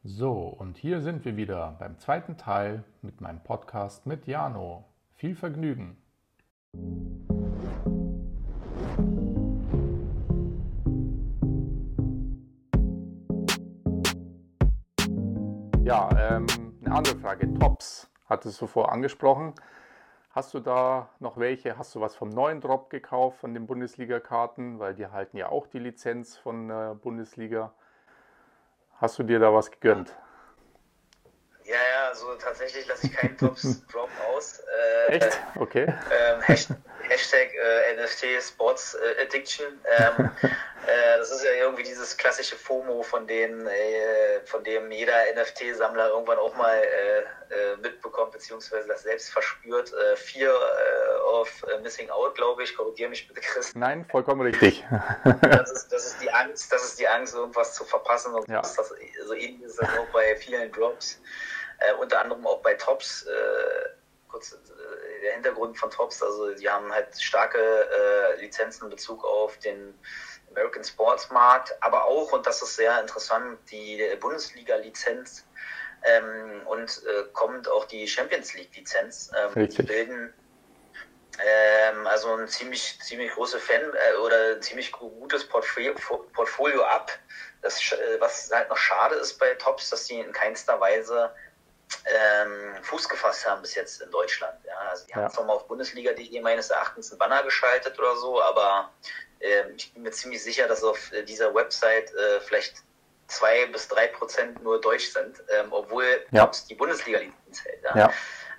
So, und hier sind wir wieder beim zweiten Teil mit meinem Podcast mit Jano. Viel Vergnügen! Ja, eine andere Frage. Tops hattest du vorher angesprochen. Hast du da noch welche? Hast du was vom neuen Drop gekauft, von den Bundesliga-Karten? Weil die halten ja auch die Lizenz von der Bundesliga. Hast du dir da was gegönnt? Ja, also tatsächlich lasse ich keinen Tops-Drop aus. Echt? Okay. Hashtag NFT Sports Addiction. Das ist ja irgendwie dieses klassische FOMO, von dem jeder NFT-Sammler irgendwann auch mal mitbekommt, beziehungsweise das selbst verspürt. Fear of Missing Out, glaube ich. Korrigiere mich bitte, Chris. Nein, vollkommen richtig. Das ist die Angst, irgendwas zu verpassen. Und Ja. so ähnlich ist das auch bei vielen Drops. Unter anderem auch bei Tops. Kurz der Hintergrund von Tops, also die haben halt starke Lizenzen in Bezug auf den American Sports Markt, aber auch, und das ist sehr interessant, die Bundesliga-Lizenz und kommt auch die Champions League-Lizenz. Die bilden also ein ziemlich große oder ein ziemlich gutes Portfolio ab. Was halt noch schade ist bei Tops, dass die in keinster Weise Fuß gefasst haben bis jetzt in Deutschland. Ja, also die haben zwar mal auf Bundesliga.de meines Erachtens einen Banner geschaltet oder so, aber ich bin mir ziemlich sicher, dass auf dieser Website vielleicht 2-3% nur Deutsch sind, obwohl Tops die Bundesliga-Lizenz hält. Ja.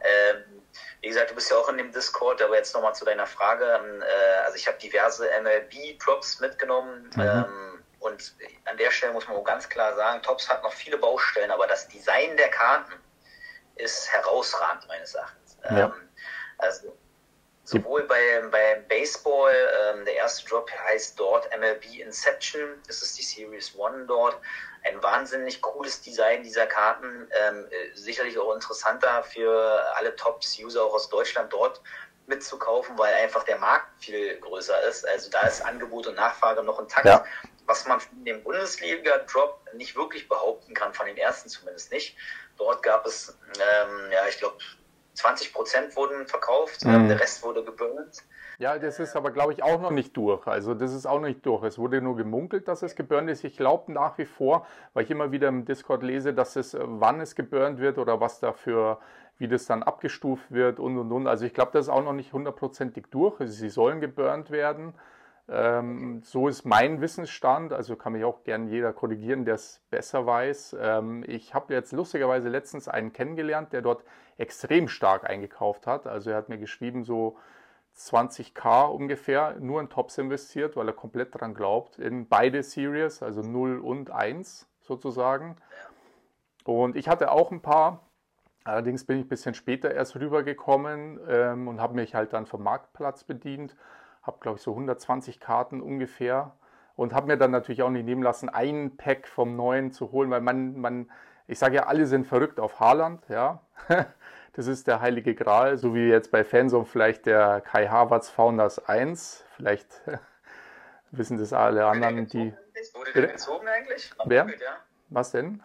Wie gesagt, du bist ja auch in dem Discord, aber jetzt nochmal zu deiner Frage. Also ich habe diverse MLB-Drops mitgenommen. Und an der Stelle muss man auch ganz klar sagen, Tops hat noch viele Baustellen, aber das Design der Karten ist herausragend meines Erachtens. Also sowohl beim Baseball, der erste Drop heißt dort MLB Inception, das ist die Series 1 dort, ein wahnsinnig cooles Design dieser Karten, sicherlich auch interessanter für alle Tops-User auch aus Deutschland dort mitzukaufen, weil einfach der Markt viel größer ist. Also da ist Angebot und Nachfrage noch intakt. Ja. Was man von dem Bundesliga-Drop nicht wirklich behaupten kann, von dem ersten zumindest nicht. Dort gab es, ich glaube, 20% wurden verkauft, der Rest wurde geburnt. Ja, das ist aber, glaube ich, auch noch nicht durch. Also das ist auch noch nicht durch. Es wurde nur gemunkelt, dass es geburnt ist. Ich glaube nach wie vor, weil ich immer wieder im Discord lese, dass es, wann es geburnt wird oder was dafür, wie das dann abgestuft wird und. Also ich glaube, das ist auch noch nicht hundertprozentig durch. Also sie sollen geburnt werden. So ist mein Wissensstand, also kann mich auch gern jeder korrigieren, der es besser weiß. Ich habe jetzt lustigerweise letztens einen kennengelernt, der dort extrem stark eingekauft hat. Also er hat mir geschrieben, so 20.000 ungefähr nur in Tops investiert, weil er komplett dran glaubt, in beide Series, also 0 und 1 sozusagen. Und ich hatte auch ein paar, allerdings bin ich ein bisschen später erst rübergekommen und habe mich halt dann vom Marktplatz bedient. Habe, glaube ich, so 120 Karten ungefähr und habe mir dann natürlich auch nicht nehmen lassen, ein Pack vom Neuen zu holen, weil ich sage ja, alle sind verrückt auf Haaland, ja. Das ist der heilige Gral, so wie jetzt bei Fanzone vielleicht der Kai Havertz Founders 1. Vielleicht wissen das alle anderen, die... Wurde der gezogen eigentlich? Wer? Was denn?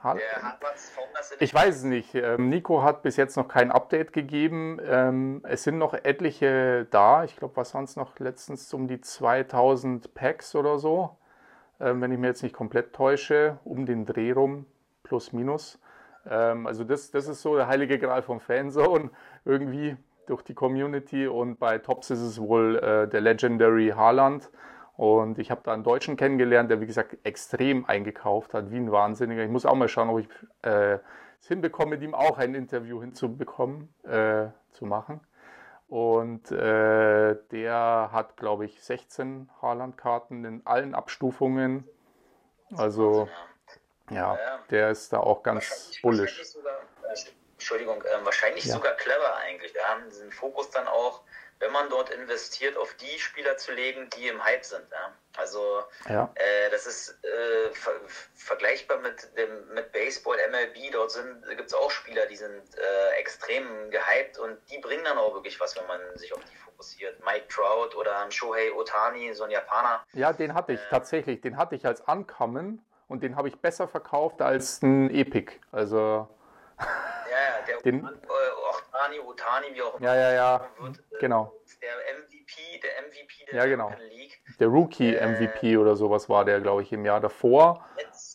Ich weiß es nicht. Nico hat bis jetzt noch kein Update gegeben. Es sind noch etliche da. Ich glaube, was waren es noch letztens? Um die 2000 Packs oder so. Wenn ich mir jetzt nicht komplett täusche. Um den Dreh rum. Plus, minus. Also das ist so der heilige Gral vom Fanzone. Irgendwie durch die Community. Und bei Tops ist es wohl der Legendary Haaland. Und ich habe da einen Deutschen kennengelernt, der, wie gesagt, extrem eingekauft hat, wie ein Wahnsinniger. Ich muss auch mal schauen, ob ich es hinbekomme, mit ihm auch ein Interview hinzubekommen, zu machen. Und der hat, glaube ich, 16 Haaland-Karten in allen Abstufungen. Also, ja, der ist da auch ganz bullisch. Wahrscheinlich sogar clever eigentlich. Wir haben diesen Fokus dann auch, wenn man dort investiert, auf die Spieler zu legen, die im Hype sind. Ja? Also das ist vergleichbar mit Baseball, MLB. Dort gibt es auch Spieler, die sind extrem gehypt und die bringen dann auch wirklich was, wenn man sich auf die fokussiert. Mike Trout oder Shohei Ohtani, so ein Japaner. Ja, den hatte ich tatsächlich. Den hatte ich als Uncommon. und den habe ich besser verkauft als ein Epic. Also der Otani, wie auch immer ja, wird, genau. der MVP der Ja, genau. American League. Der Rookie-MVP oder sowas war der, glaube ich, im Jahr davor.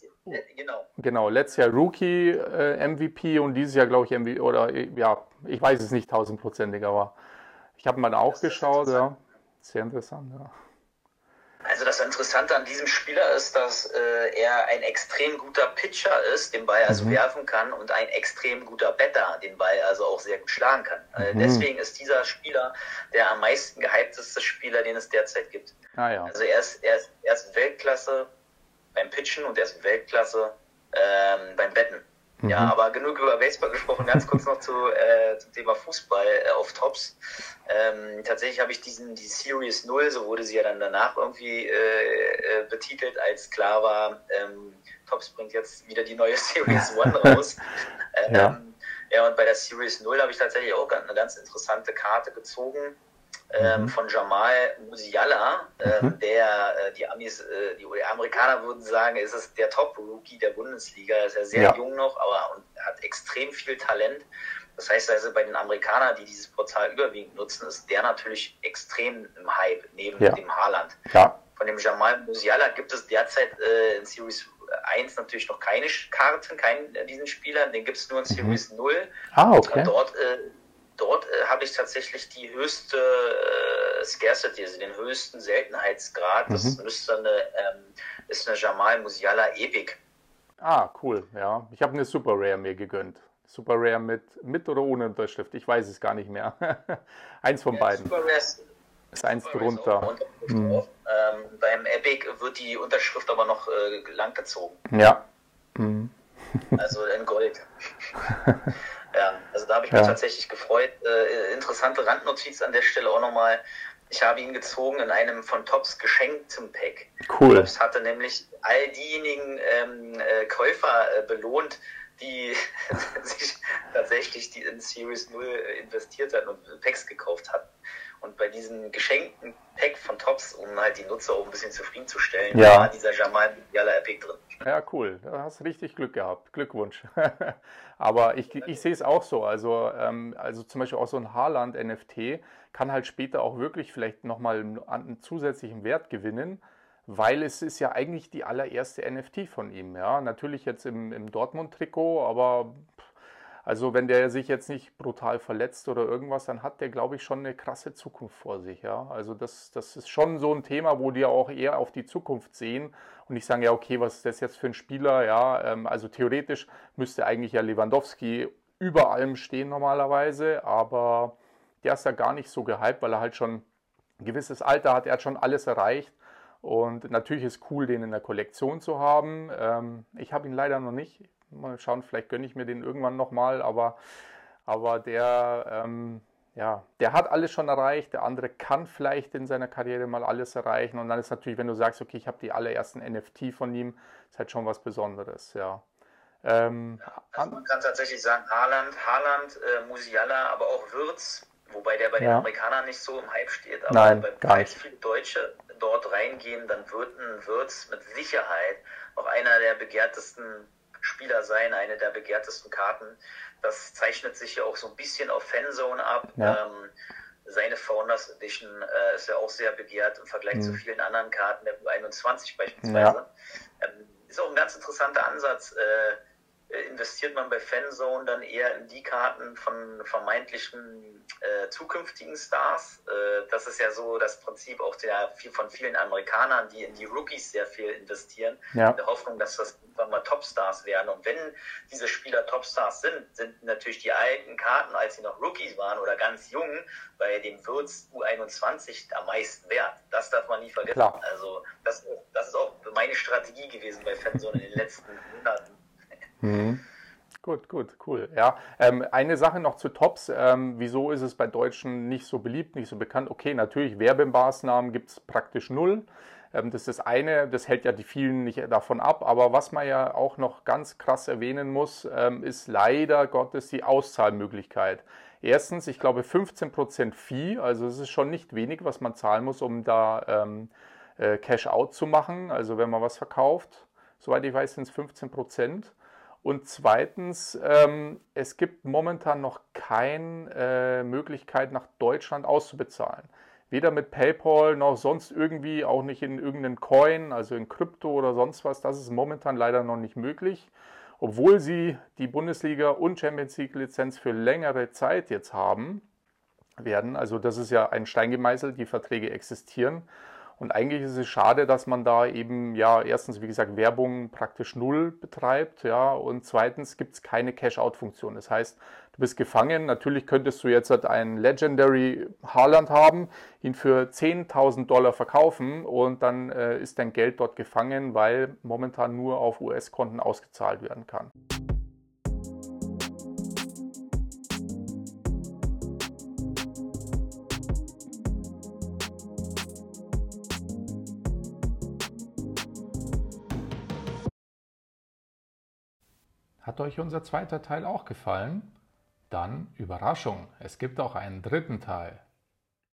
Genau, letztes Jahr Rookie-MVP und dieses Jahr, glaube ich, MVP, oder ja, ich weiß es nicht 1000%ig, aber ich habe mal auch geschaut, ja. Sehr interessant, ja. Also das Interessante an diesem Spieler ist, dass er ein extrem guter Pitcher ist, den Ball also werfen kann, und ein extrem guter Batter, den Ball also auch sehr gut schlagen kann. Deswegen ist dieser Spieler der am meisten gehypteste Spieler, den es derzeit gibt. Ah, ja. Also er ist Weltklasse beim Pitchen und er ist Weltklasse beim Betten. Ja, aber genug über Baseball gesprochen. Ganz kurz noch zum Thema Fußball auf Tops. Tatsächlich habe ich die Series 0, so wurde sie ja dann danach irgendwie betitelt, als klar war, Tops bringt jetzt wieder die neue Series 1 raus. Ja, und bei der Series 0 habe ich tatsächlich auch eine ganz interessante Karte gezogen. Von Jamal Musiala, die Amerikaner würden sagen, ist es der Top-Rookie der Bundesliga. Er ist ja sehr jung noch, aber hat extrem viel Talent. Das heißt also, bei den Amerikanern, die dieses Portal überwiegend nutzen, ist der natürlich extrem im Hype, neben dem Haaland. Ja. Von dem Jamal Musiala gibt es derzeit in Series 1 natürlich noch keine Karten, keinen diesen Spielern, den gibt es nur in Series 0. Ah, okay. Und dort habe ich tatsächlich die höchste Scarcity, also den höchsten Seltenheitsgrad. Das ist eine Jamal Musiala Epic. Ah, cool, ja. Ich habe eine Super Rare mir gegönnt. Super Rare mit oder ohne Unterschrift, ich weiß es gar nicht mehr. Eins von beiden. Super Rare ist eins drunter. Beim Epic wird die Unterschrift aber noch langgezogen. Ja. Also in Gold. Ja, also da habe ich mich tatsächlich gefreut. Interessante Randnotiz an der Stelle auch nochmal. Ich habe ihn gezogen in einem von Tops geschenktem Pack. Cool. Tops hatte nämlich all diejenigen Käufer belohnt, die sich tatsächlich in Series 0 investiert hatten und Packs gekauft hatten. Und bei diesem geschenkten Pack von Tops, um halt die Nutzer auch ein bisschen zufriedenzustellen, war dieser Jamal Musiala Epic drin. Ja, cool. Da hast du richtig Glück gehabt. Glückwunsch. Aber ich sehe es auch so. Also zum Beispiel auch so ein Haaland-NFT kann halt später auch wirklich vielleicht nochmal einen zusätzlichen Wert gewinnen, weil es ist ja eigentlich die allererste NFT von ihm. Ja, natürlich jetzt im Dortmund-Trikot, aber also wenn der sich jetzt nicht brutal verletzt oder irgendwas, dann hat der, glaube ich, schon eine krasse Zukunft vor sich. Ja, also das ist schon so ein Thema, wo die auch eher auf die Zukunft sehen und nicht sagen, ja okay, was ist das jetzt für ein Spieler? Ja, also theoretisch müsste eigentlich ja Lewandowski über allem stehen normalerweise, aber der ist ja gar nicht so gehypt, weil er halt schon ein gewisses Alter hat. Er hat schon alles erreicht. Und natürlich ist es cool, den in der Kollektion zu haben. Ich habe ihn leider noch nicht. Mal schauen, vielleicht gönne ich mir den irgendwann nochmal. Aber der hat alles schon erreicht. Der andere kann vielleicht in seiner Karriere mal alles erreichen. Und dann ist natürlich, wenn du sagst, okay, ich habe die allerersten NFT von ihm, ist halt schon was Besonderes. Ja. Also man kann tatsächlich sagen, Haaland, Musiala, aber auch Wirtz. Wobei der bei den Amerikanern nicht so im Hype steht. Aber falls viele Deutsche dort reingehen, dann wird ein Wirtz mit Sicherheit auch einer der begehrtesten Spieler sein, eine der begehrtesten Karten. Das zeichnet sich ja auch so ein bisschen auf Fanzone ab. Ja. Seine Founders Edition ist ja auch sehr begehrt im Vergleich zu vielen anderen Karten, der U21 beispielsweise. Ja. Ist auch ein ganz interessanter Ansatz. Investiert man bei Fanzone dann eher in die Karten von vermeintlichen zukünftigen Stars. Das ist ja so das Prinzip auch von vielen Amerikanern, die in die Rookies sehr viel investieren, in der Hoffnung, dass das irgendwann mal Topstars werden. Und wenn diese Spieler Topstars sind natürlich die alten Karten, als sie noch Rookies waren oder ganz jung, bei dem Wirtz U21 am meisten wert. Das darf man nie vergessen. Klar. Also das ist auch meine Strategie gewesen bei Fanzone in den letzten Monaten. Gut, cool. Ja, eine Sache noch zu Tops. Wieso ist es bei Deutschen nicht so beliebt, nicht so bekannt? Okay, natürlich, Werbemaßnahmen gibt es praktisch null. Das ist das eine, das hält ja die vielen nicht davon ab. Aber was man ja auch noch ganz krass erwähnen muss, ist leider Gottes die Auszahlmöglichkeit. Erstens, ich glaube 15% Fee, also es ist schon nicht wenig, was man zahlen muss, um da Cash-out zu machen, also wenn man was verkauft. Soweit ich weiß, sind es 15%. Und zweitens, es gibt momentan noch keine Möglichkeit, nach Deutschland auszubezahlen. Weder mit PayPal noch sonst irgendwie, auch nicht in irgendeinen Coin, also in Krypto oder sonst was. Das ist momentan leider noch nicht möglich. Obwohl sie die Bundesliga und Champions League Lizenz für längere Zeit jetzt haben werden. Also das ist ja ein Stein gemeißelt, die Verträge existieren. Und eigentlich ist es schade, dass man da eben, ja, erstens, wie gesagt, Werbung praktisch null betreibt, ja, und zweitens gibt es keine Cash-Out-Funktion. Das heißt, du bist gefangen. Natürlich könntest du jetzt halt einen Legendary Haaland haben, ihn für $10.000 verkaufen und dann ist dein Geld dort gefangen, weil momentan nur auf US-Konten ausgezahlt werden kann. Hat euch unser zweiter Teil auch gefallen? Dann Überraschung, es gibt auch einen dritten Teil.